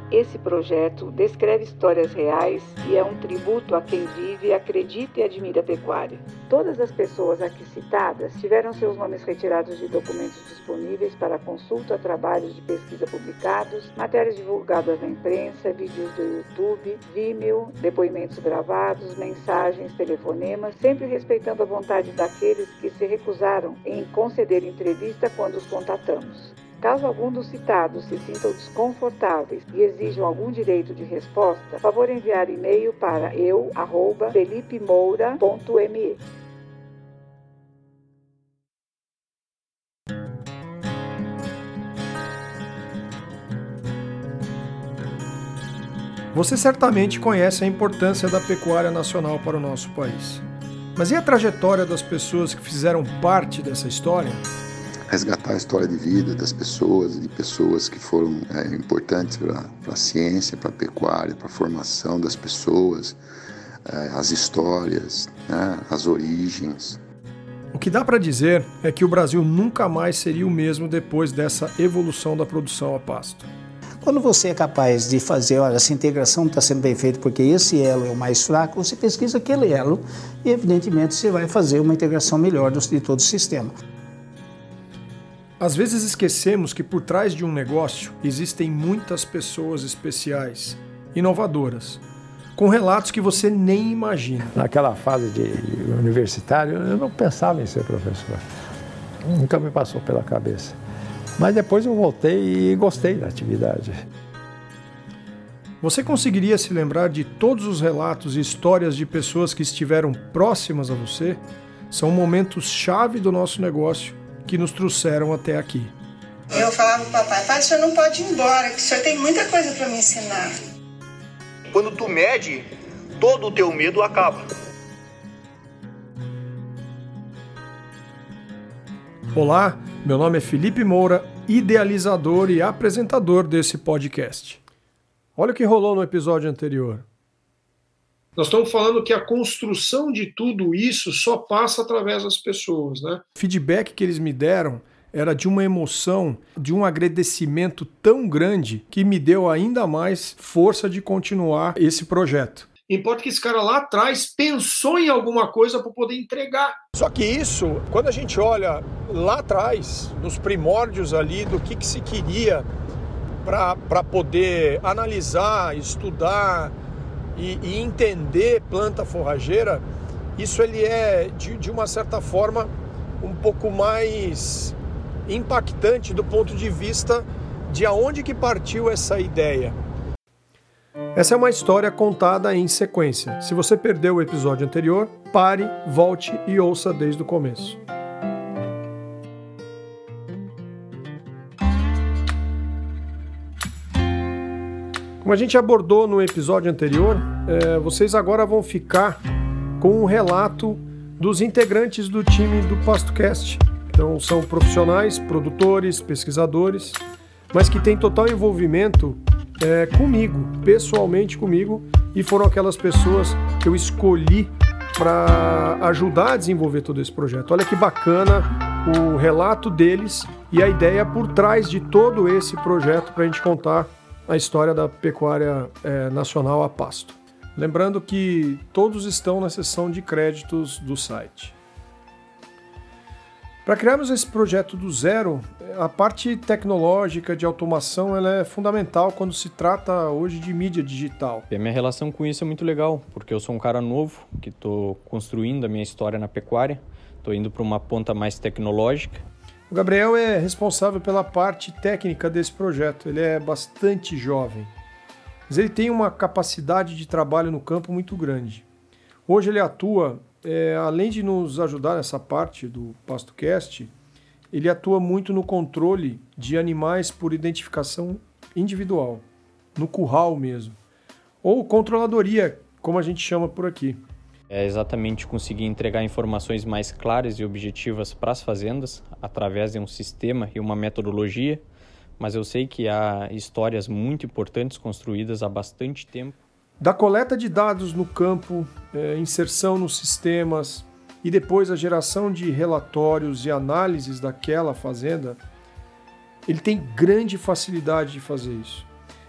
Esse projeto descreve histórias reais e é um tributo a quem vive, acredita e admira a pecuária. Todas as pessoas aqui citadas tiveram seus nomes retirados de documentos disponíveis para consulta, trabalhos de pesquisa publicados, matérias divulgadas na imprensa, vídeos do YouTube, Vimeo, depoimentos gravados, mensagens, telefonemas, sempre respeitando a vontade daqueles que se recusaram em conceder entrevista quando os contatamos. Caso algum dos citados se sintam desconfortáveis e exijam algum direito de resposta, favor enviar e-mail para eu@felipemoura.me. Você certamente conhece a importância da pecuária nacional para o nosso país. Mas e a trajetória das pessoas que fizeram parte dessa história? Resgatar a história de vida das pessoas, de pessoas que foram importantes para a ciência, para a pecuária, para a formação das pessoas, as histórias, as origens. O que dá para dizer é que o Brasil nunca mais seria o mesmo depois dessa evolução da produção a pasto. Quando você é capaz de fazer, olha, essa integração está sendo bem feita porque esse elo é o mais fraco, você pesquisa aquele elo e, evidentemente, você vai fazer uma integração melhor de todo o sistema. Às vezes esquecemos que por trás de um negócio existem muitas pessoas especiais, inovadoras, com relatos que você nem imagina. Naquela fase de universitário, eu não pensava em ser professor. Nunca me passou pela cabeça. Mas depois eu voltei e gostei da atividade. Você conseguiria se lembrar de todos os relatos e histórias de pessoas que estiveram próximas a você? São momentos-chave do nosso negócio que nos trouxeram até aqui. Eu falava pro papai, pai, o senhor não pode ir embora, que o senhor tem muita coisa para me ensinar. Quando tu mede, todo o teu medo acaba. Olá, meu nome é Felipe Moura, idealizador e apresentador desse podcast. Olha o que rolou no episódio anterior. Nós estamos falando que a construção de tudo isso só passa através das pessoas, né? O feedback que eles me deram era de uma emoção, de um agradecimento tão grande que me deu ainda mais força de continuar esse projeto. Importa que esse cara lá atrás pensou em alguma coisa para poder entregar. Só que isso, quando a gente olha lá atrás, nos primórdios ali do que se queria para poder analisar, estudar e entender planta forrageira, isso ele é, de uma certa forma, um pouco mais impactante do ponto de vista de aonde que partiu essa ideia. Essa é uma história contada em sequência. Se você perdeu o episódio anterior, pare, volte e ouça desde o começo. Como a gente abordou no episódio anterior, vocês agora vão ficar com um relato dos integrantes do time do PastoCast. Então são profissionais, produtores, pesquisadores, mas que têm total envolvimento comigo, pessoalmente comigo, e foram aquelas pessoas que eu escolhi para ajudar a desenvolver todo esse projeto. Olha que bacana o relato deles e a ideia por trás de todo esse projeto para a gente contar a história da pecuária nacional a pasto. Lembrando que todos estão na seção de créditos do site. Para criarmos esse projeto do zero, a parte tecnológica de automação ela é fundamental quando se trata hoje de mídia digital. E a minha relação com isso é muito legal, porque eu sou um cara novo, que estou construindo a minha história na pecuária, estou indo para uma ponta mais tecnológica. O Gabriel é responsável pela parte técnica desse projeto, ele é bastante jovem, mas ele tem uma capacidade de trabalho no campo muito grande. Hoje ele atua, além de nos ajudar nessa parte do PastoCast, ele atua muito no controle de animais por identificação individual, no curral mesmo, ou controladoria, como a gente chama por aqui. É exatamente conseguir entregar informações mais claras e objetivas para as fazendas, através de um sistema e uma metodologia, mas eu sei que há histórias muito importantes construídas há bastante tempo. Da coleta de dados no campo, inserção nos sistemas e depois a geração de relatórios e análises daquela fazenda, ele tem grande facilidade de fazer isso.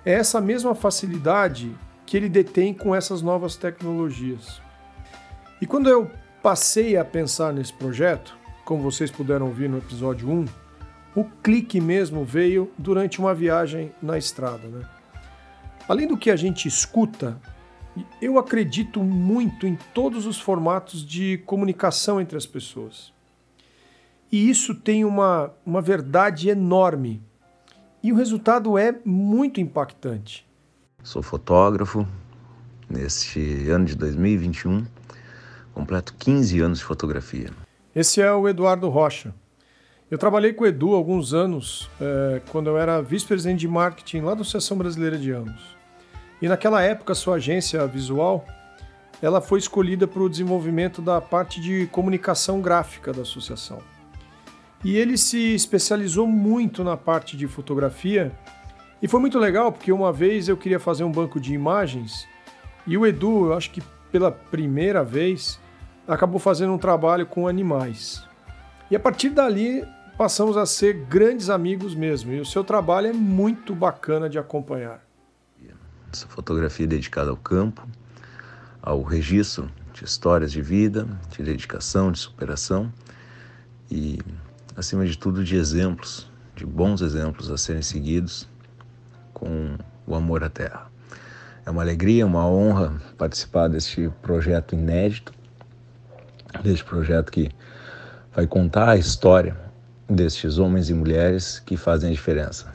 é essa mesma facilidade que ele detém com essas novas tecnologias. E quando eu passei a pensar nesse projeto, como vocês puderam ouvir no episódio 1, o clique mesmo veio durante uma viagem na estrada, né? Além do que a gente escuta, eu acredito muito em todos os formatos de comunicação entre as pessoas. E isso tem uma verdade enorme. E o resultado é muito impactante. Sou fotógrafo. Neste ano de 2021, completo 15 anos de fotografia. Esse é o Eduardo Rocha. Eu trabalhei com o Edu há alguns anos, quando eu era vice-presidente de marketing lá da Associação Brasileira de Ambos. E naquela época, a sua agência visual, ela foi escolhida para o desenvolvimento da parte de comunicação gráfica da associação. E ele se especializou muito na parte de fotografia. E foi muito legal, porque uma vez eu queria fazer um banco de imagens e o Edu, eu acho que pela primeira vez, acabou fazendo um trabalho com animais. E a partir dali, passamos a ser grandes amigos mesmo. E o seu trabalho é muito bacana de acompanhar. Essa fotografia é dedicada ao campo, ao registro de histórias de vida, de dedicação, de superação e, acima de tudo, de exemplos, de bons exemplos a serem seguidos com o amor à terra. É uma alegria, uma honra participar deste projeto inédito, deste projeto que vai contar a história destes homens e mulheres que fazem a diferença.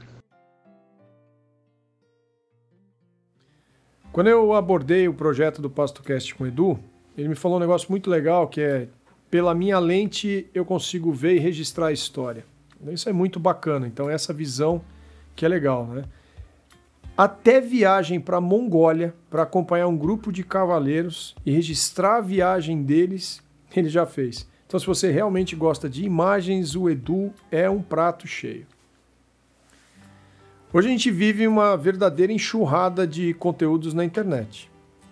Quando eu abordei o projeto do PastoCast com o Edu, ele me falou um negócio muito legal, que é, pela minha lente eu consigo ver e registrar a história. Isso é muito bacana, então essa visão que é legal, né? Até viagem para a Mongólia, para acompanhar um grupo de cavaleiros e registrar a viagem deles, ele já fez. Então, se você realmente gosta de imagens, o Edu é um prato cheio. Hoje a gente vive uma verdadeira enxurrada de conteúdos na internet.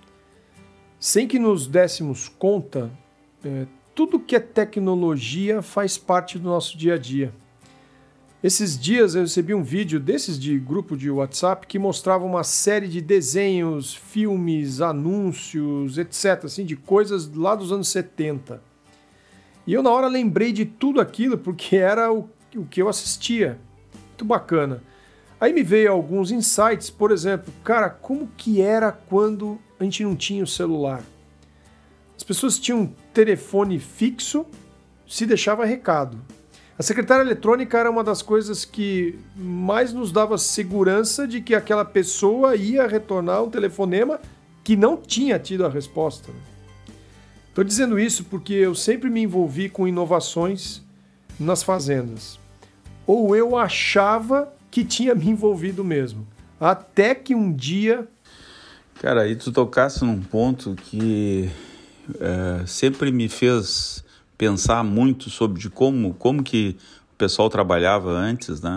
Sem que nos dessemos conta, tudo que é tecnologia faz parte do nosso dia a dia. Esses dias eu recebi um vídeo desses de grupo de WhatsApp que mostrava uma série de desenhos, filmes, anúncios, etc., assim, de coisas lá dos anos 70. E eu na hora lembrei de tudo aquilo porque era o que eu assistia. Muito bacana. Aí me veio alguns insights, por exemplo, cara, como que era quando a gente não tinha o celular? As pessoas tinham um telefone fixo, se deixava recado. A secretária eletrônica era uma das coisas que mais nos dava segurança de que aquela pessoa ia retornar um telefonema que não tinha tido a resposta. Estou dizendo isso porque eu sempre me envolvi com inovações nas fazendas. Ou eu achava que tinha me envolvido mesmo. Até que um dia... Cara, aí tu tocasse num ponto que sempre me fez pensar muito sobre de como que o pessoal trabalhava antes, né?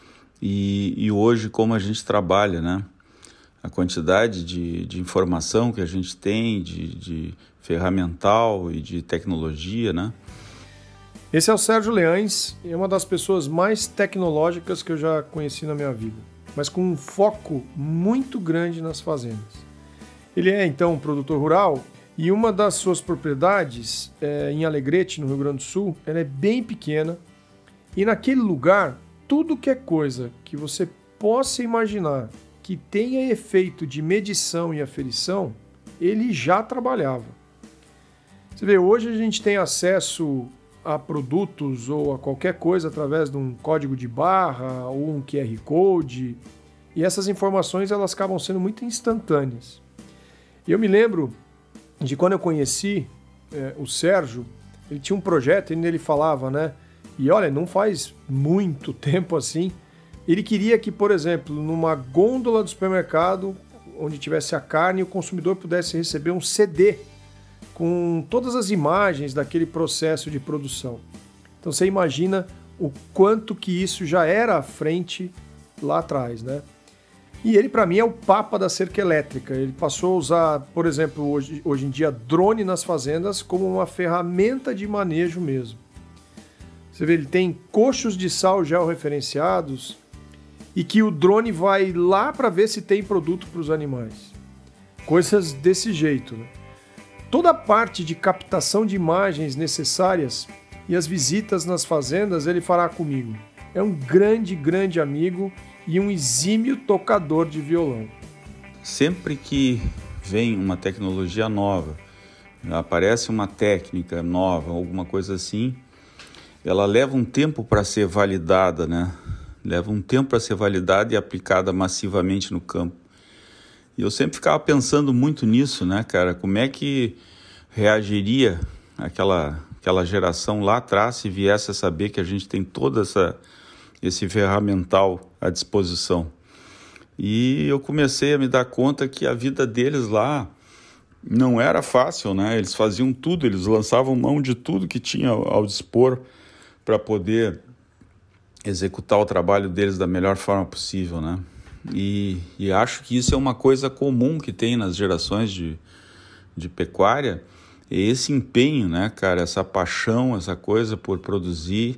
E hoje como a gente trabalha, né? A quantidade de informação que a gente tem, de ferramental e de tecnologia, né? Esse é o Sérgio Leães, é uma das pessoas mais tecnológicas que eu já conheci na minha vida, mas com um foco muito grande nas fazendas. Ele é, então, um produtor rural e uma das suas propriedades, em Alegrete, no Rio Grande do Sul, ela é bem pequena e naquele lugar, tudo que é coisa que você possa imaginar que tenha efeito de medição e aferição, ele já trabalhava. Você vê, hoje a gente tem acesso a produtos ou a qualquer coisa através de um código de barra ou um QR Code, e essas informações elas acabam sendo muito instantâneas. E eu me lembro de quando eu conheci o Sérgio, ele tinha um projeto e ele falava, né? E olha, não faz muito tempo assim, ele queria que, por exemplo, numa gôndola do supermercado, onde tivesse a carne, o consumidor pudesse receber um CD com todas as imagens daquele processo de produção. Então você imagina o quanto que isso já era à frente lá atrás, né? E ele, para mim, é o papa da cerca elétrica. Ele passou a usar, por exemplo, hoje em dia, drone nas fazendas como uma ferramenta de manejo mesmo. Você vê, ele tem coxos de sal georreferenciados e que o drone vai lá para ver se tem produto para os animais. Coisas desse jeito, né? Toda a parte de captação de imagens necessárias e as visitas nas fazendas ele fará comigo. É um grande, grande amigo e um exímio tocador de violão. Sempre que vem uma tecnologia nova, aparece uma técnica nova, alguma coisa assim, ela leva um tempo para ser validada, né? Leva um tempo para ser validada e aplicada massivamente no campo. E eu sempre ficava pensando muito nisso, né, cara? Como é que reagiria aquela geração lá atrás se viesse a saber que a gente tem todo esse ferramental à disposição. E eu comecei a me dar conta que a vida deles lá não era fácil, né? Eles faziam tudo, eles lançavam mão de tudo que tinha ao dispor para poder executar o trabalho deles da melhor forma possível, né? E acho que isso é uma coisa comum que tem nas gerações de pecuária, é esse empenho, né, cara? Essa paixão, essa coisa por produzir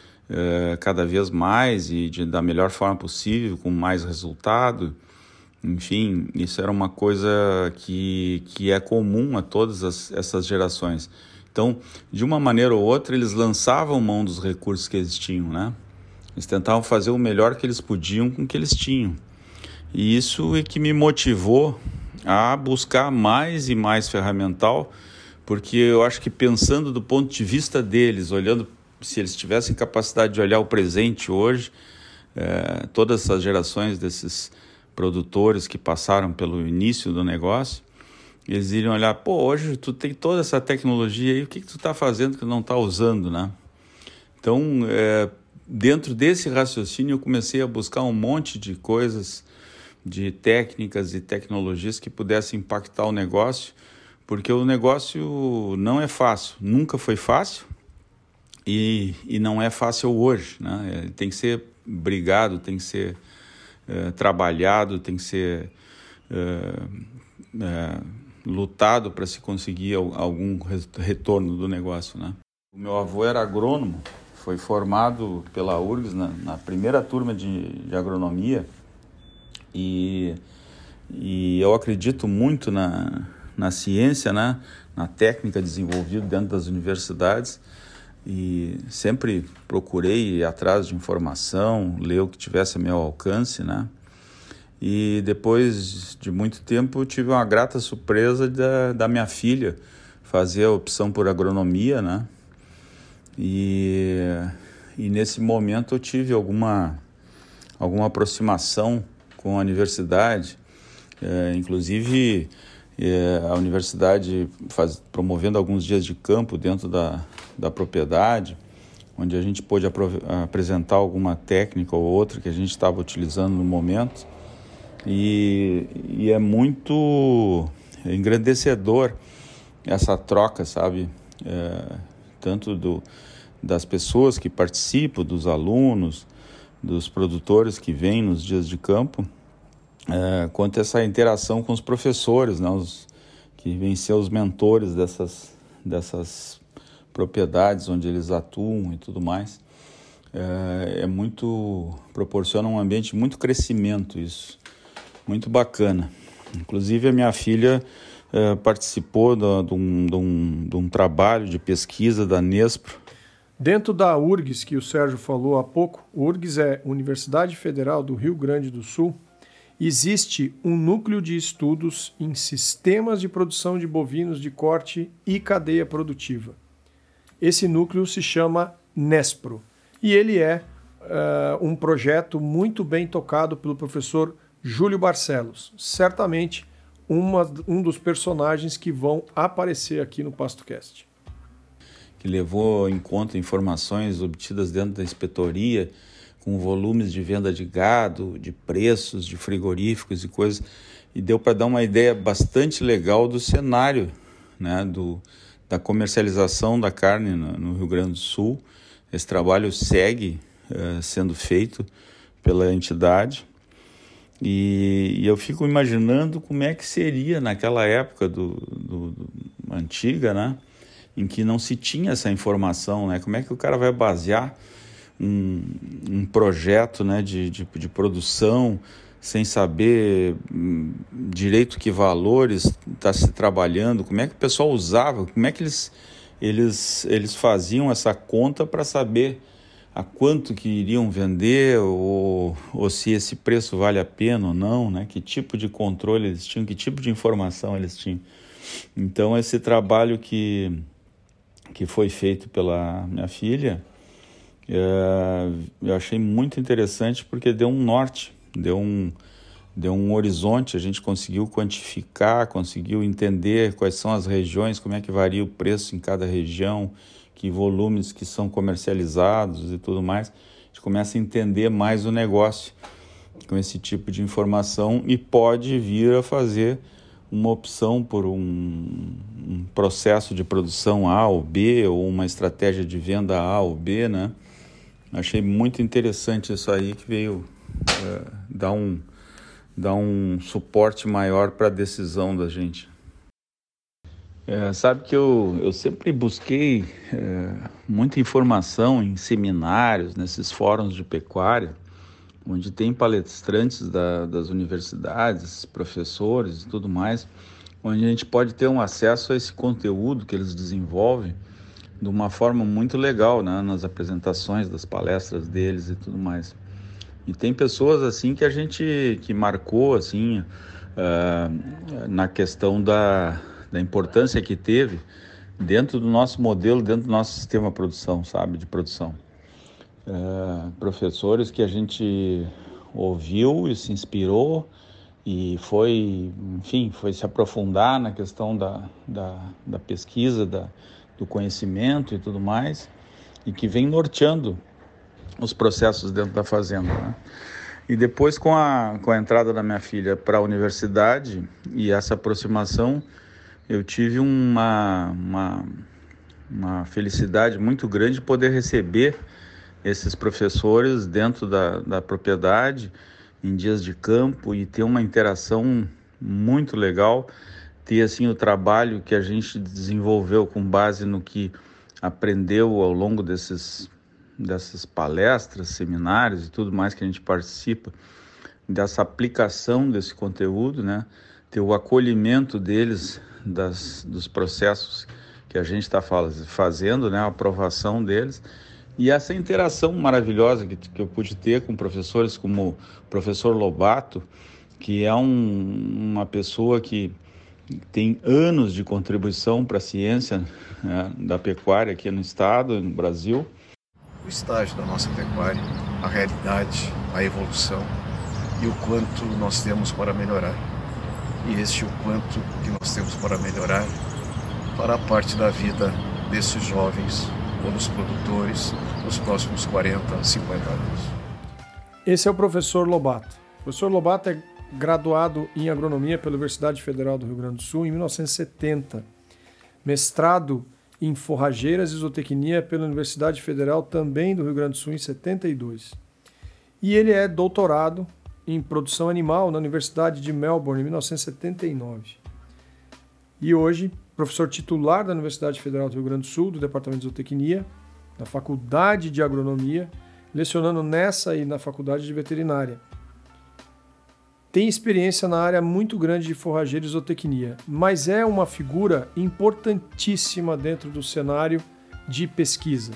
cada vez mais e da melhor forma possível, com mais resultado. Enfim, isso era uma coisa que é comum a todas essas gerações. Então, de uma maneira ou outra, eles lançavam mão dos recursos que eles tinham, né? Eles tentavam fazer o melhor que eles podiam com o que eles tinham. E isso é que me motivou a buscar mais e mais ferramental, porque eu acho que pensando do ponto de vista deles, olhando se eles tivessem capacidade de olhar o presente hoje, todas essas gerações desses produtores que passaram pelo início do negócio, eles iriam olhar, pô, hoje tu tem toda essa tecnologia aí, o que tu está fazendo que não está usando, né? Então, dentro desse raciocínio, eu comecei a buscar um monte de coisas, de técnicas e tecnologias que pudessem impactar o negócio, porque o negócio não é fácil, nunca foi fácil, e não é fácil hoje, né? Ele tem que ser brigado, tem que ser trabalhado, tem que ser lutado para se conseguir algum retorno do negócio, né? O meu avô era agrônomo, foi formado pela URGS na primeira turma de agronomia, e eu acredito muito na ciência, né? Na técnica desenvolvida dentro das universidades, e sempre procurei ir atrás de informação, ler o que tivesse a meu alcance, né? E depois de muito tempo eu tive uma grata surpresa da minha filha fazer a opção por agronomia, né? E nesse momento eu tive alguma aproximação com a universidade, inclusive a universidade promovendo alguns dias de campo dentro da propriedade, onde a gente pôde apresentar alguma técnica ou outra que a gente estava utilizando no momento. E é muito engrandecedor essa troca, sabe? Tanto das pessoas que participam, dos alunos, dos produtores que vêm nos dias de campo, quanto essa interação com os professores, né? Que vêm ser os mentores dessas propriedades onde eles atuam e tudo mais. Proporciona um ambiente de muito crescimento, isso. Muito bacana. Inclusive a minha filha participou de um trabalho de pesquisa da Nespro. Dentro da URGS, que o Sérgio falou há pouco, URGS é Universidade Federal do Rio Grande do Sul, existe um núcleo de estudos em sistemas de produção de bovinos de corte e cadeia produtiva. Esse núcleo se chama Nespro, e ele é um projeto muito bem tocado pelo professor Júlio Barcelos, certamente um dos personagens que vão aparecer aqui no PastoCast. Que levou em conta informações obtidas dentro da inspetoria, com volumes de venda de gado, de preços, de frigoríficos e coisas, e deu para dar uma ideia bastante legal do cenário, né, da comercialização da carne no Rio Grande do Sul. Esse trabalho segue sendo feito pela entidade. E eu fico imaginando como é que seria naquela época antiga, né, em que não se tinha essa informação, né? Como é que o cara vai basear um projeto, né, de produção, sem saber direito que valores está se trabalhando, como é que o pessoal usava, como é que eles faziam essa conta para saber a quanto que iriam vender ou se esse preço vale a pena ou não, né? Que tipo de controle eles tinham, que tipo de informação eles tinham. Então, esse trabalho que foi feito pela minha filha, eu achei muito interessante porque deu um norte, deu um horizonte, a gente conseguiu quantificar, conseguiu entender quais são as regiões, como é que varia o preço em cada região, que volumes que são comercializados e tudo mais. A gente começa a entender mais o negócio com esse tipo de informação e pode vir a fazer uma opção por um processo de produção A ou B, ou uma estratégia de venda A ou B, né? Achei muito interessante isso aí, que veio dar um suporte maior para a decisão da gente. Sabe que eu sempre busquei muita informação em seminários, nesses fóruns de pecuária, onde tem palestrantes das universidades, professores e tudo mais, onde a gente pode ter um acesso a esse conteúdo que eles desenvolvem de uma forma muito legal, né, nas apresentações das palestras deles e tudo mais. E tem pessoas assim que marcou assim, na questão da importância que teve dentro do nosso modelo, dentro do nosso sistema de produção, sabe, de produção. Professores que a gente ouviu e se inspirou e foi se aprofundar na questão da pesquisa, do conhecimento e tudo mais, e que vem norteando os processos dentro da fazenda, né? E depois, com a entrada da minha filha para a universidade e essa aproximação, eu tive uma felicidade muito grande de poder receber esses professores dentro da propriedade, em dias de campo, e ter uma interação muito legal, ter assim, o trabalho que a gente desenvolveu com base no que aprendeu ao longo dessas palestras, seminários e tudo mais que a gente participa, dessa aplicação desse conteúdo, né? Ter o acolhimento deles, dos processos que a gente está fazendo, né? A aprovação deles, e essa interação maravilhosa que eu pude ter com professores como o professor Lobato, que é uma pessoa que tem anos de contribuição para a ciência, né, da pecuária aqui no estado, no Brasil. O estágio da nossa pecuária, a realidade, a evolução e o quanto nós temos para melhorar. E este o quanto que nós temos para melhorar fará parte da vida desses jovens ou dos produtores nos próximos 40, 50 anos. Esse é o professor Lobato. O professor Lobato é graduado em agronomia pela Universidade Federal do Rio Grande do Sul em 1970. Mestrado em forrageiras e zootecnia pela Universidade Federal também do Rio Grande do Sul em 72. E ele é doutorado em produção animal na Universidade de Melbourne em 1979. E hoje, professor titular da Universidade Federal do Rio Grande do Sul, do Departamento de Zootecnia, na Faculdade de Agronomia, lecionando nessa e na Faculdade de Veterinária. Tem experiência na área muito grande de forrageira e zootecnia, mas é uma figura importantíssima dentro do cenário de pesquisa.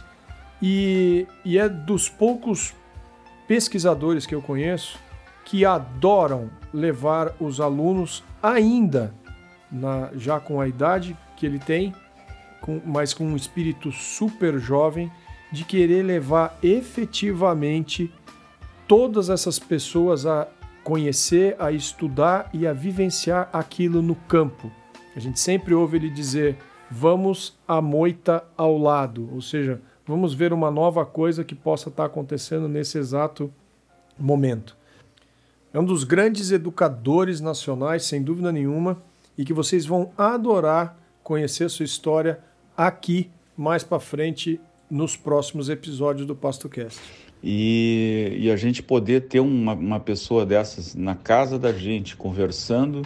E é dos poucos pesquisadores que eu conheço que adoram levar os alunos ainda, já com a idade que ele tem, mas com um espírito super jovem, de querer levar efetivamente todas essas pessoas a conhecer, a estudar e a vivenciar aquilo no campo. A gente sempre ouve ele dizer, vamos à moita ao lado, ou seja, vamos ver uma nova coisa que possa estar acontecendo nesse exato momento. É um dos grandes educadores nacionais, sem dúvida nenhuma, e que vocês vão adorar conhecer sua história aqui, mais para frente, nos próximos episódios do PastoCast. E a gente poder ter uma pessoa dessas na casa da gente, conversando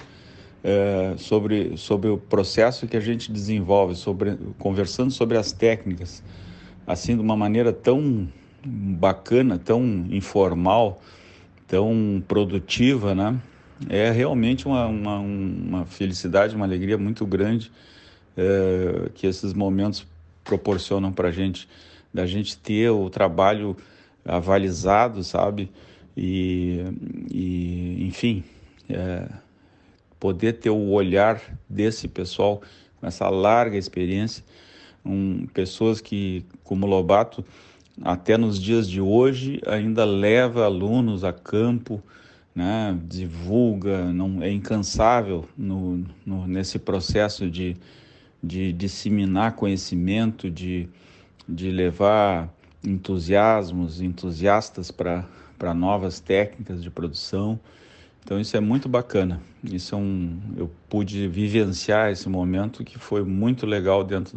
sobre o processo que a gente desenvolve, conversando sobre as técnicas, assim, de uma maneira tão bacana, tão informal, tão produtiva, né? É realmente uma felicidade, uma alegria muito grande que esses momentos proporcionam para a gente, da gente ter o trabalho avalizado, sabe? E enfim, poder ter o olhar desse pessoal com essa larga experiência, pessoas que, como Lobato, até nos dias de hoje ainda leva alunos a campo, né? Divulga, é incansável nesse processo de disseminar conhecimento, de levar entusiastas para novas técnicas de produção. Então isso é muito bacana. Eu pude vivenciar esse momento que foi muito legal dentro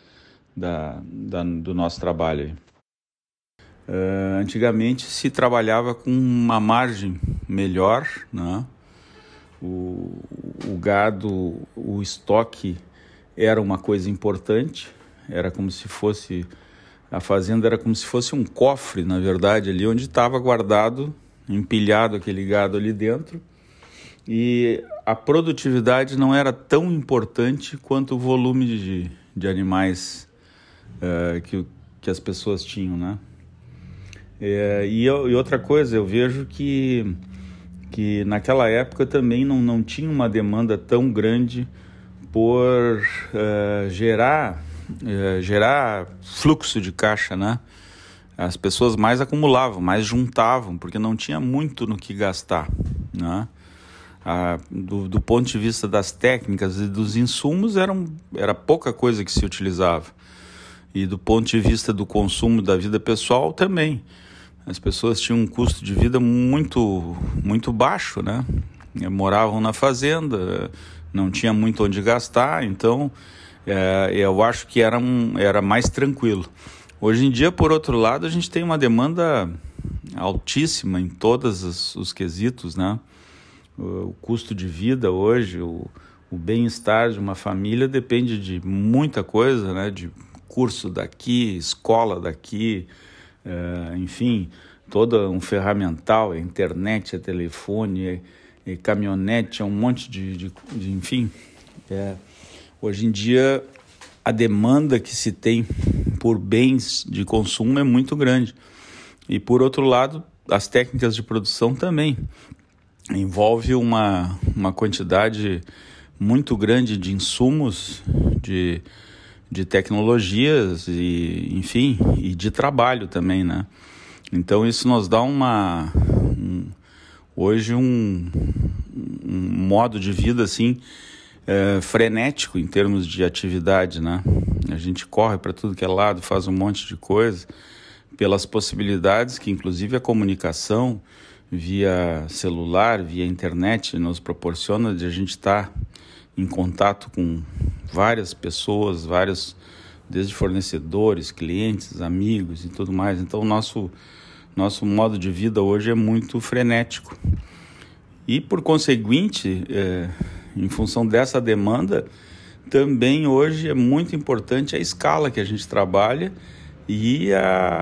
do nosso trabalho aí. Antigamente se trabalhava com uma margem melhor, né? O gado, o estoque era uma coisa importante, era como se fosse, a fazenda era como se fosse um cofre, na verdade, ali onde estava guardado, empilhado aquele gado ali dentro, e a produtividade não era tão importante quanto o volume de animais que as pessoas tinham, né? E outra coisa, eu vejo que naquela época também não tinha uma demanda tão grande por gerar fluxo de caixa, né? As pessoas mais acumulavam, mais juntavam, porque não tinha muito no que gastar, né? Do ponto de vista das técnicas e dos insumos, era pouca coisa que se utilizava. E do ponto de vista do consumo da vida pessoal também. As pessoas tinham um custo de vida muito, muito baixo, né? Moravam na fazenda, não tinha muito onde gastar, então eu acho que era mais tranquilo. Hoje em dia, por outro lado, a gente tem uma demanda altíssima em todos os quesitos, né? O custo de vida hoje, o bem-estar de uma família depende de muita coisa, né? De curso daqui, escola daqui, enfim, todo um ferramental, internet, telefone, caminhonete, um monte de enfim. Hoje em dia, a demanda que se tem por bens de consumo é muito grande. E, por outro lado, as técnicas de produção também. Envolve uma quantidade muito grande de insumos, de tecnologias e, enfim, e de trabalho também, né? Então isso nos dá hoje um modo de vida assim frenético em termos de atividade, né? A gente corre para tudo que é lado, faz um monte de coisa pelas possibilidades que inclusive a comunicação via celular, via internet nos proporciona de a gente estar em contato com várias pessoas, desde fornecedores, clientes, amigos e tudo mais. Então, o nosso modo de vida hoje é muito frenético. E, por conseguinte, em função dessa demanda, também hoje é muito importante a escala que a gente trabalha e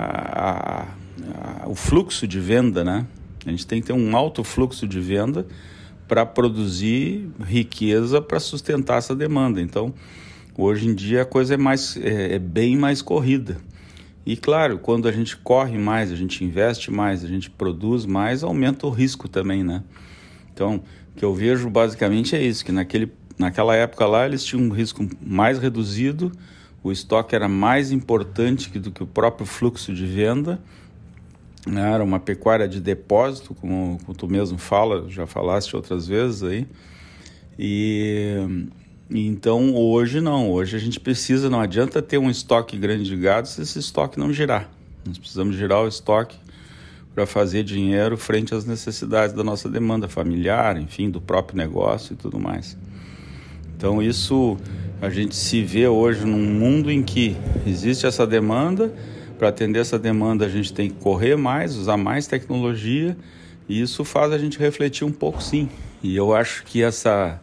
o fluxo de venda, né? A gente tem que ter um alto fluxo de venda para produzir riqueza para sustentar essa demanda. Então, hoje em dia a coisa é bem mais corrida. E claro, quando a gente corre mais, a gente investe mais, a gente produz mais, aumenta o risco também, né? Então, o que eu vejo basicamente é isso, que naquela época lá eles tinham um risco mais reduzido, o estoque era mais importante do que o próprio fluxo de venda, era uma pecuária de depósito, como tu mesmo fala, já falaste outras vezes aí. E então hoje não, hoje a gente precisa, não adianta ter um estoque grande de gado se esse estoque não girar. Nós precisamos girar o estoque para fazer dinheiro frente às necessidades da nossa demanda familiar, enfim, do próprio negócio e tudo mais. Então isso a gente se vê hoje num mundo em que existe essa demanda. Para atender essa demanda a gente tem que correr mais, usar mais tecnologia, e isso faz a gente refletir um pouco, sim. E eu acho que essa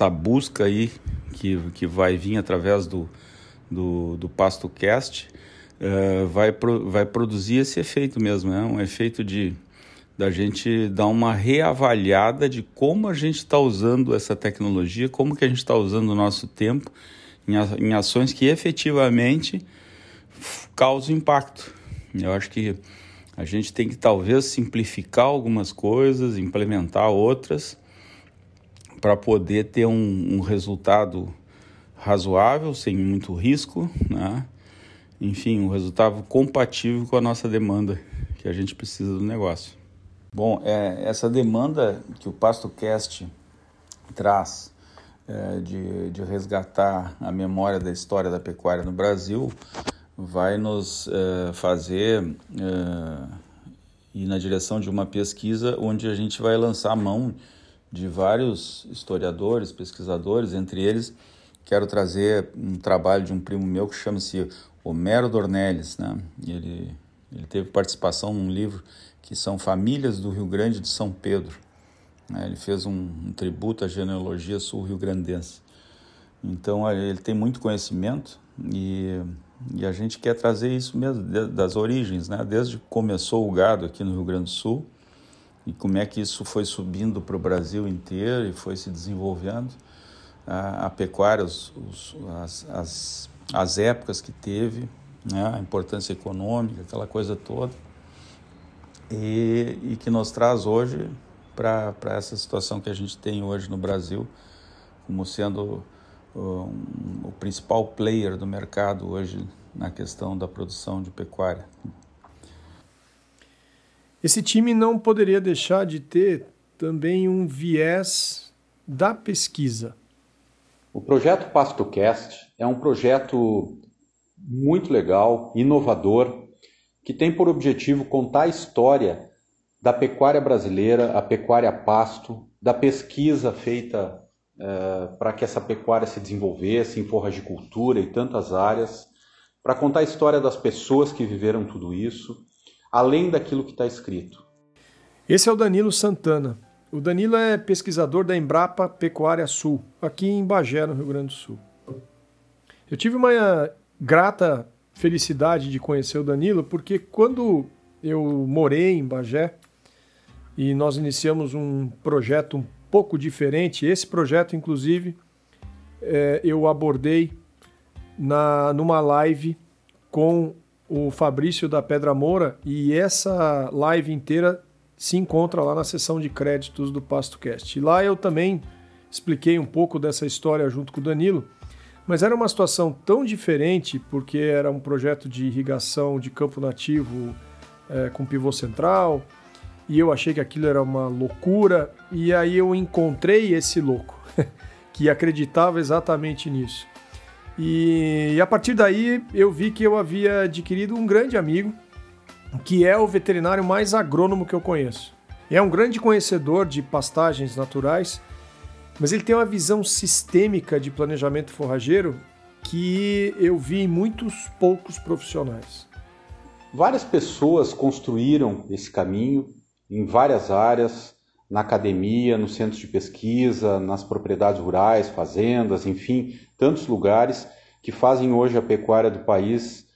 busca aí que vai vir através do PastoCast vai produzir esse efeito mesmo, né? Um efeito da gente dar uma reavaliada de como a gente está usando essa tecnologia, como que a gente está usando o nosso tempo em ações que efetivamente causam impacto. Eu acho que a gente tem que talvez simplificar algumas coisas, implementar outras, para poder ter um resultado razoável, sem muito risco, né? Enfim, um resultado compatível com a nossa demanda que a gente precisa do negócio. Bom, essa demanda que o PastoCast traz de resgatar a memória da história da pecuária no Brasil vai nos fazer ir na direção de uma pesquisa onde a gente vai lançar a mão de vários historiadores, pesquisadores. Entre eles, quero trazer um trabalho de um primo meu que chama-se Homero Dornelles, né? Ele teve participação num livro que são Famílias do Rio Grande de São Pedro. Ele fez um tributo à genealogia sul-rio-grandense. Então, ele tem muito conhecimento e a gente quer trazer isso mesmo, das origens, né? Desde que começou o gado aqui no Rio Grande do Sul e como é que isso foi subindo para o Brasil inteiro e foi se desenvolvendo. A pecuária, as épocas que teve, né? A importância econômica, aquela coisa toda. E que nos traz hoje para essa situação que a gente tem hoje no Brasil, como sendo o principal player do mercado hoje na questão da produção de pecuária. Esse time não poderia deixar de ter também um viés da pesquisa. O projeto PastoCast é um projeto muito legal, inovador, que tem por objetivo contar a história da pecuária brasileira, a pecuária a pasto, da pesquisa feita para que essa pecuária se desenvolvesse em forragicultura e tantas áreas, para contar a história das pessoas que viveram tudo isso, além daquilo que está escrito. Esse é o Danilo Santana. O Danilo é pesquisador da Embrapa Pecuária Sul, aqui em Bagé, no Rio Grande do Sul. Eu tive uma grata felicidade de conhecer o Danilo, porque quando eu morei em Bagé e nós iniciamos um projeto um pouco diferente, esse projeto, inclusive, eu abordei numa live com o Fabrício da Pedra Moura, e essa live inteira se encontra lá na seção de créditos do PastoCast. E lá eu também expliquei um pouco dessa história junto com o Danilo, mas era uma situação tão diferente, porque era um projeto de irrigação de campo nativo com pivô central, e eu achei que aquilo era uma loucura, e aí eu encontrei esse louco, que acreditava exatamente nisso. E a partir daí eu vi que eu havia adquirido um grande amigo, que é o veterinário mais agrônomo que eu conheço. É um grande conhecedor de pastagens naturais, mas ele tem uma visão sistêmica de planejamento forrageiro que eu vi em muitos poucos profissionais. Várias pessoas construíram esse caminho em várias áreas, na academia, nos centros de pesquisa, nas propriedades rurais, fazendas, enfim, tantos lugares que fazem hoje a pecuária do país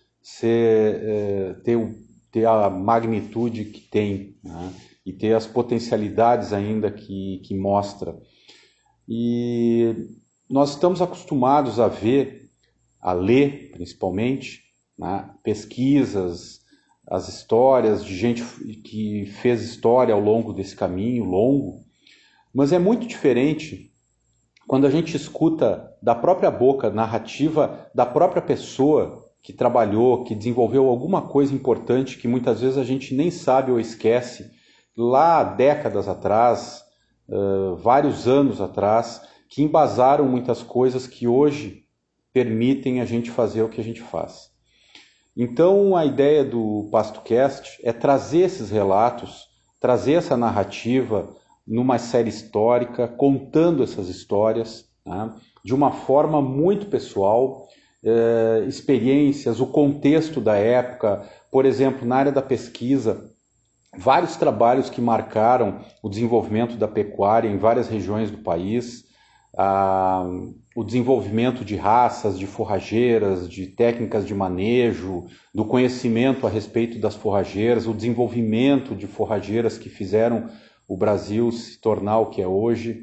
ter a magnitude que tem, né? E ter as potencialidades ainda que mostra. E nós estamos acostumados a ver, a ler principalmente, né? Pesquisas, as histórias de gente que fez história ao longo desse caminho longo, mas é muito diferente quando a gente escuta da própria boca, narrativa da própria pessoa que trabalhou, que desenvolveu alguma coisa importante que muitas vezes a gente nem sabe ou esquece, lá há décadas atrás, vários anos atrás, que embasaram muitas coisas que hoje permitem a gente fazer o que a gente faz. Então, a ideia do PastoCast é trazer esses relatos, trazer essa narrativa numa série histórica, contando essas histórias, né, de uma forma muito pessoal, experiências, o contexto da época. Por exemplo, na área da pesquisa, vários trabalhos que marcaram o desenvolvimento da pecuária em várias regiões do país, o desenvolvimento de raças, de forrageiras, de técnicas de manejo, do conhecimento a respeito das forrageiras, o desenvolvimento de forrageiras que fizeram o Brasil se tornar o que é hoje.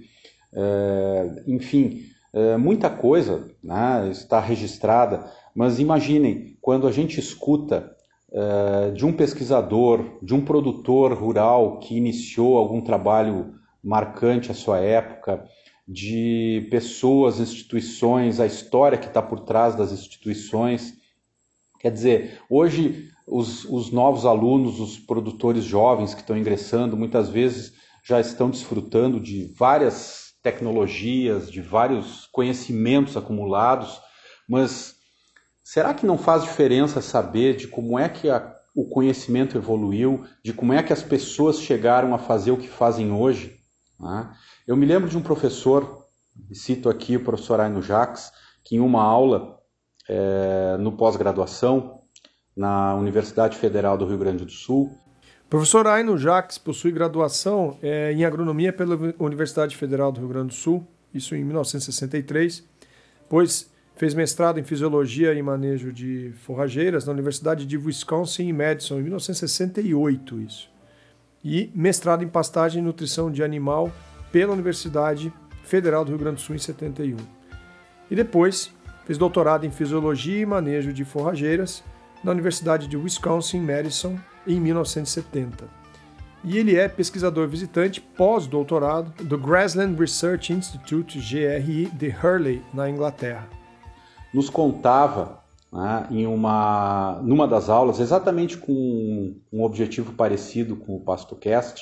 Enfim, muita coisa, né, está registrada, mas imaginem, quando a gente escuta de um pesquisador, de um produtor rural que iniciou algum trabalho marcante à sua época, de pessoas, instituições, a história que está por trás das instituições. Quer dizer, hoje os novos alunos, os produtores jovens que estão ingressando, muitas vezes já estão desfrutando de várias tecnologias, de vários conhecimentos acumulados, mas será que não faz diferença saber de como é que o conhecimento evoluiu, de como é que as pessoas chegaram a fazer o que fazem hoje? Eu me lembro de um professor, cito aqui o professor Aino Jacques, que em uma aula no pós-graduação na Universidade Federal do Rio Grande do Sul. O professor Aino Jacques possui graduação em agronomia pela Universidade Federal do Rio Grande do Sul, isso em 1963, depois fez mestrado em fisiologia e manejo de forrageiras na Universidade de Wisconsin em Madison, em 1968, isso. E mestrado em pastagem e nutrição de animal pela Universidade Federal do Rio Grande do Sul em 71. E depois fez doutorado em fisiologia e manejo de forrageiras na Universidade de Wisconsin, Madison, em 1970. E ele é pesquisador visitante pós-doutorado do Grassland Research Institute, GRI, de Hurley, na Inglaterra. Nos contava, né, numa das aulas, exatamente com um objetivo parecido com o PastoCast,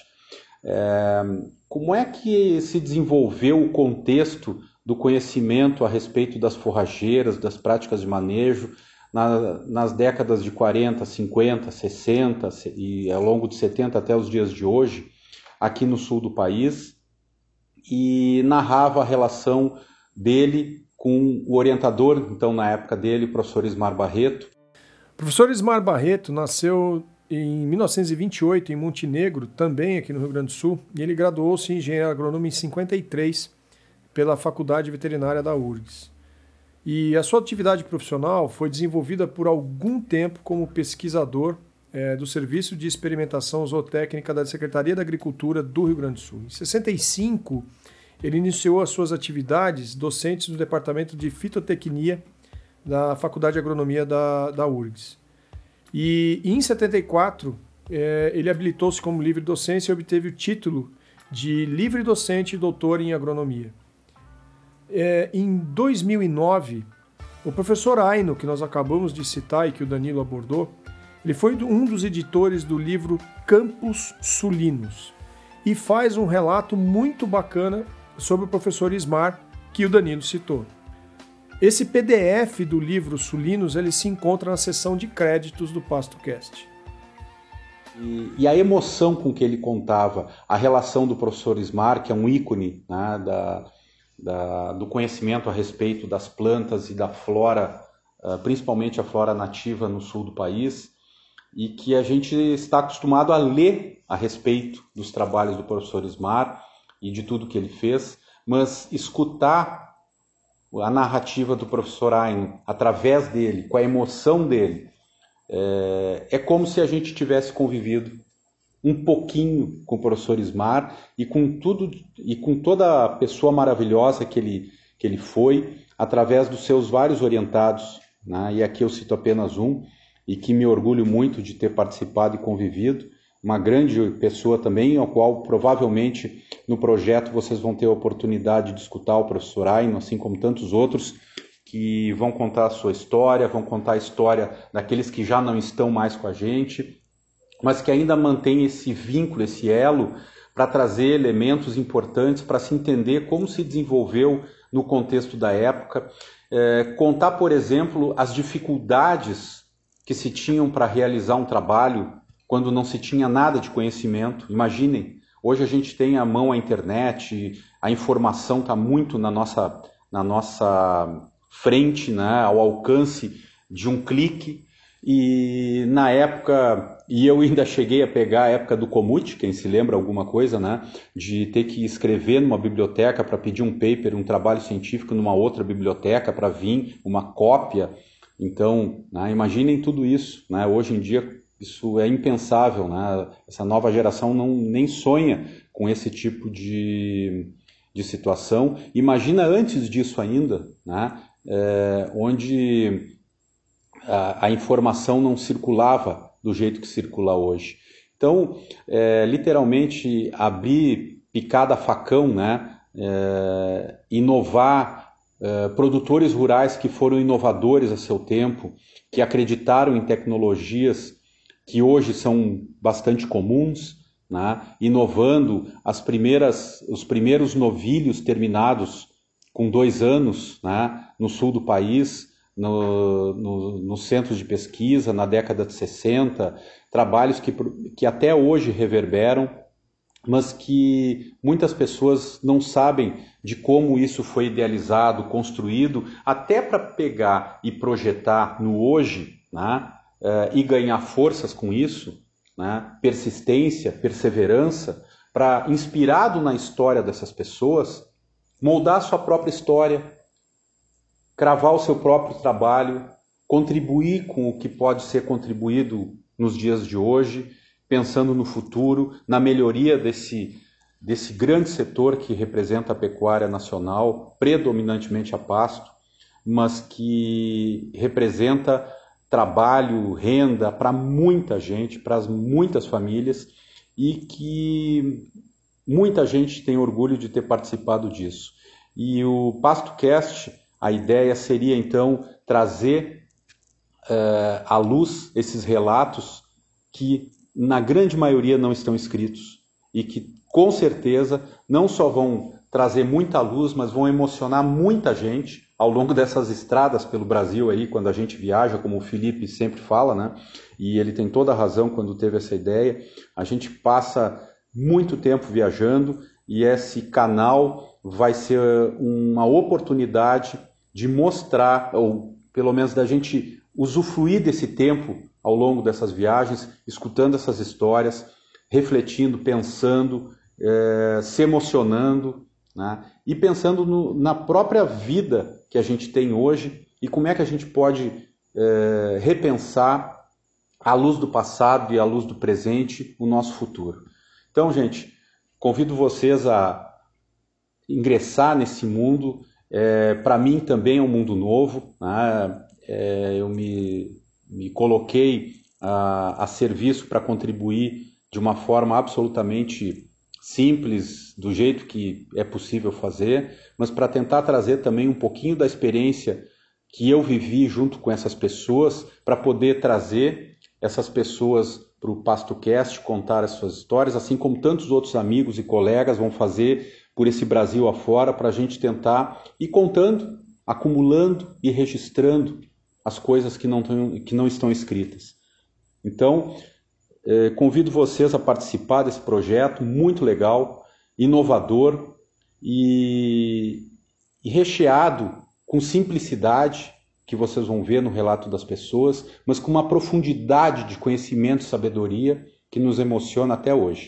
como é que se desenvolveu o contexto do conhecimento a respeito das forrageiras, das práticas de manejo, nas décadas de 40, 50, 60 e ao longo de 70 até os dias de hoje, aqui no sul do país, e narrava a relação dele com o orientador, então na época dele, o professor Ismar Barreto. O professor Ismar Barreto nasceu em 1928 em Montenegro, também aqui no Rio Grande do Sul, e ele graduou-se em engenharia agrônoma em 53 pela Faculdade Veterinária da URGS. E a sua atividade profissional foi desenvolvida por algum tempo como pesquisador do Serviço de Experimentação Zootécnica da Secretaria da Agricultura do Rio Grande do Sul. Em 65, ele iniciou as suas atividades docentes no Departamento de Fitotecnia da Faculdade de Agronomia da URGS. E em 74, ele habilitou-se como livre docência e obteve o título de livre docente e doutor em agronomia. Em 2009, o professor Aino, que nós acabamos de citar e que o Danilo abordou, ele foi um dos editores do livro Campos Sulinos e faz um relato muito bacana sobre o professor Ismar, que o Danilo citou. Esse PDF do livro Sulinos ele se encontra na seção de créditos do PastoCast. E a emoção com que ele contava a relação do professor Ismar, que é um ícone, né, do conhecimento a respeito das plantas e da flora, principalmente a flora nativa no sul do país, e que a gente está acostumado a ler a respeito dos trabalhos do professor Ismar e de tudo que ele fez, mas escutar a narrativa do professor Aino através dele, com a emoção dele, é como se a gente tivesse convivido um pouquinho com o professor Ismar e com tudo e com toda a pessoa maravilhosa que ele foi, através dos seus vários orientados, né? E aqui eu cito apenas um, e que me orgulho muito de ter participado e convivido, uma grande pessoa também, ao qual provavelmente no projeto vocês vão ter a oportunidade de escutar o professor Aino, assim como tantos outros, que vão contar a sua história, vão contar a história daqueles que já não estão mais com a gente, mas que ainda mantém esse vínculo, esse elo, para trazer elementos importantes para se entender como se desenvolveu no contexto da época. Contar, por exemplo, as dificuldades que se tinham para realizar um trabalho quando não se tinha nada de conhecimento. Imaginem, hoje a gente tem à mão a internet, a informação está muito na nossa frente, né, ao alcance de um clique, E na época, e eu ainda cheguei a pegar a época do Komoot, quem se lembra alguma coisa, né? De ter que escrever numa biblioteca para pedir um paper, um trabalho científico numa outra biblioteca para vir uma cópia. Então, né, imaginem tudo isso, né? Hoje em dia isso é impensável, né? Essa nova geração nem sonha com esse tipo de situação. Imagina antes disso ainda, né? Onde a informação não circulava do jeito que circula hoje. Então, literalmente, abrir picada a facão, né? Inovar, produtores rurais que foram inovadores a seu tempo, que acreditaram em tecnologias que hoje são bastante comuns, né? Inovando os primeiros novilhos terminados com 2 anos, né? No sul do país, nos centros de pesquisa, na década de 60, trabalhos que até hoje reverberam, mas que muitas pessoas não sabem de como isso foi idealizado, construído, até para pegar e projetar no hoje, né? E ganhar forças com isso, né? Persistência, perseverança, para, inspirado na história dessas pessoas, moldar a sua própria história, cravar o seu próprio trabalho, contribuir com o que pode ser contribuído nos dias de hoje, pensando no futuro, na melhoria desse grande setor que representa a pecuária nacional, predominantemente a pasto, mas que representa trabalho, renda para muita gente, para muitas famílias, e que muita gente tem orgulho de ter participado disso. E o PastoCast, a ideia seria então trazer à luz esses relatos que na grande maioria não estão escritos e que com certeza não só vão trazer muita luz, mas vão emocionar muita gente ao longo dessas estradas pelo Brasil aí, quando a gente viaja, como o Felipe sempre fala, né? E ele tem toda a razão quando teve essa ideia. A gente passa muito tempo viajando e esse canal vai ser uma oportunidade de mostrar, ou pelo menos da gente usufruir desse tempo ao longo dessas viagens, escutando essas histórias, refletindo, pensando, se emocionando, né? E pensando na própria vida que a gente tem hoje e como é que a gente pode repensar à luz do passado e à luz do presente o nosso futuro. Então, gente, convido vocês a ingressar nesse mundo. Para mim também é um mundo novo, né? Eu me coloquei a serviço para contribuir de uma forma absolutamente simples, do jeito que é possível fazer, mas para tentar trazer também um pouquinho da experiência que eu vivi junto com essas pessoas, para poder trazer essas pessoas para o PastoCast, contar as suas histórias, assim como tantos outros amigos e colegas vão fazer por esse Brasil afora, para a gente tentar ir contando, acumulando e registrando as coisas que não estão escritas. Então, convido vocês a participar desse projeto muito legal, inovador e recheado com simplicidade, que vocês vão ver no relato das pessoas, mas com uma profundidade de conhecimento e sabedoria que nos emociona até hoje.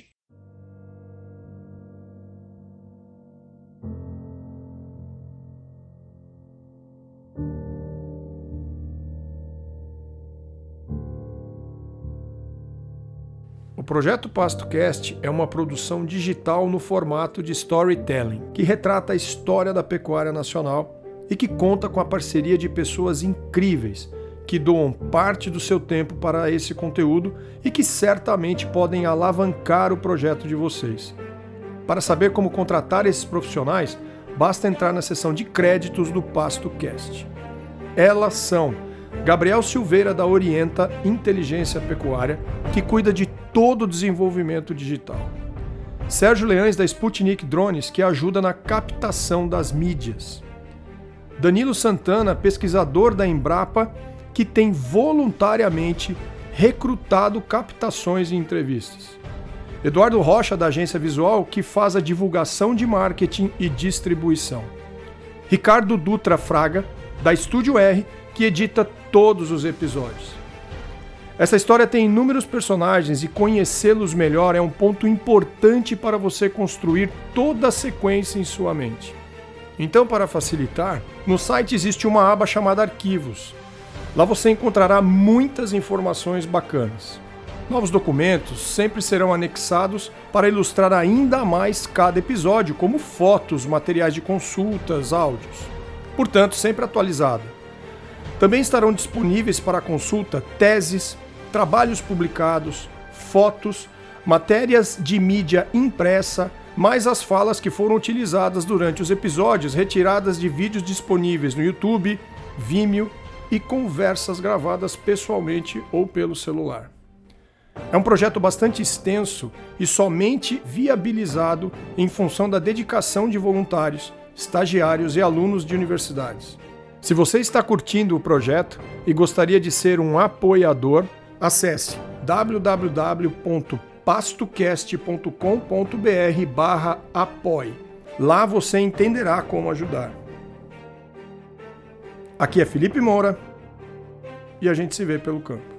O projeto PastoCast é uma produção digital no formato de storytelling, que retrata a história da pecuária nacional e que conta com a parceria de pessoas incríveis que doam parte do seu tempo para esse conteúdo e que certamente podem alavancar o projeto de vocês. Para saber como contratar esses profissionais, basta entrar na seção de créditos do PastoCast. Elas são Gabriel Silveira, da Orienta Inteligência Pecuária, que cuida de todo o desenvolvimento digital. Sérgio Leães, da Sputnik Drones, que ajuda na captação das mídias. Danilo Santana, pesquisador da Embrapa, que tem voluntariamente recrutado captações e entrevistas. Eduardo Rocha, da Agência Visual, que faz a divulgação de marketing e distribuição. Ricardo Dutra Fraga, da Estúdio R, que edita todos os episódios. Essa história tem inúmeros personagens e conhecê-los melhor é um ponto importante para você construir toda a sequência em sua mente. Então, para facilitar, no site existe uma aba chamada Arquivos. Lá você encontrará muitas informações bacanas. Novos documentos sempre serão anexados para ilustrar ainda mais cada episódio, como fotos, materiais de consultas, áudios. Portanto, sempre atualizado. Também estarão disponíveis para consulta teses, trabalhos publicados, fotos, matérias de mídia impressa, mais as falas que foram utilizadas durante os episódios, retiradas de vídeos disponíveis no YouTube, Vimeo e conversas gravadas pessoalmente ou pelo celular. É um projeto bastante extenso e somente viabilizado em função da dedicação de voluntários, estagiários e alunos de universidades. Se você está curtindo o projeto e gostaria de ser um apoiador, acesse www.pastocast.com.br/apoie. Lá você entenderá como ajudar. Aqui é Felipe Moura e a gente se vê pelo campo.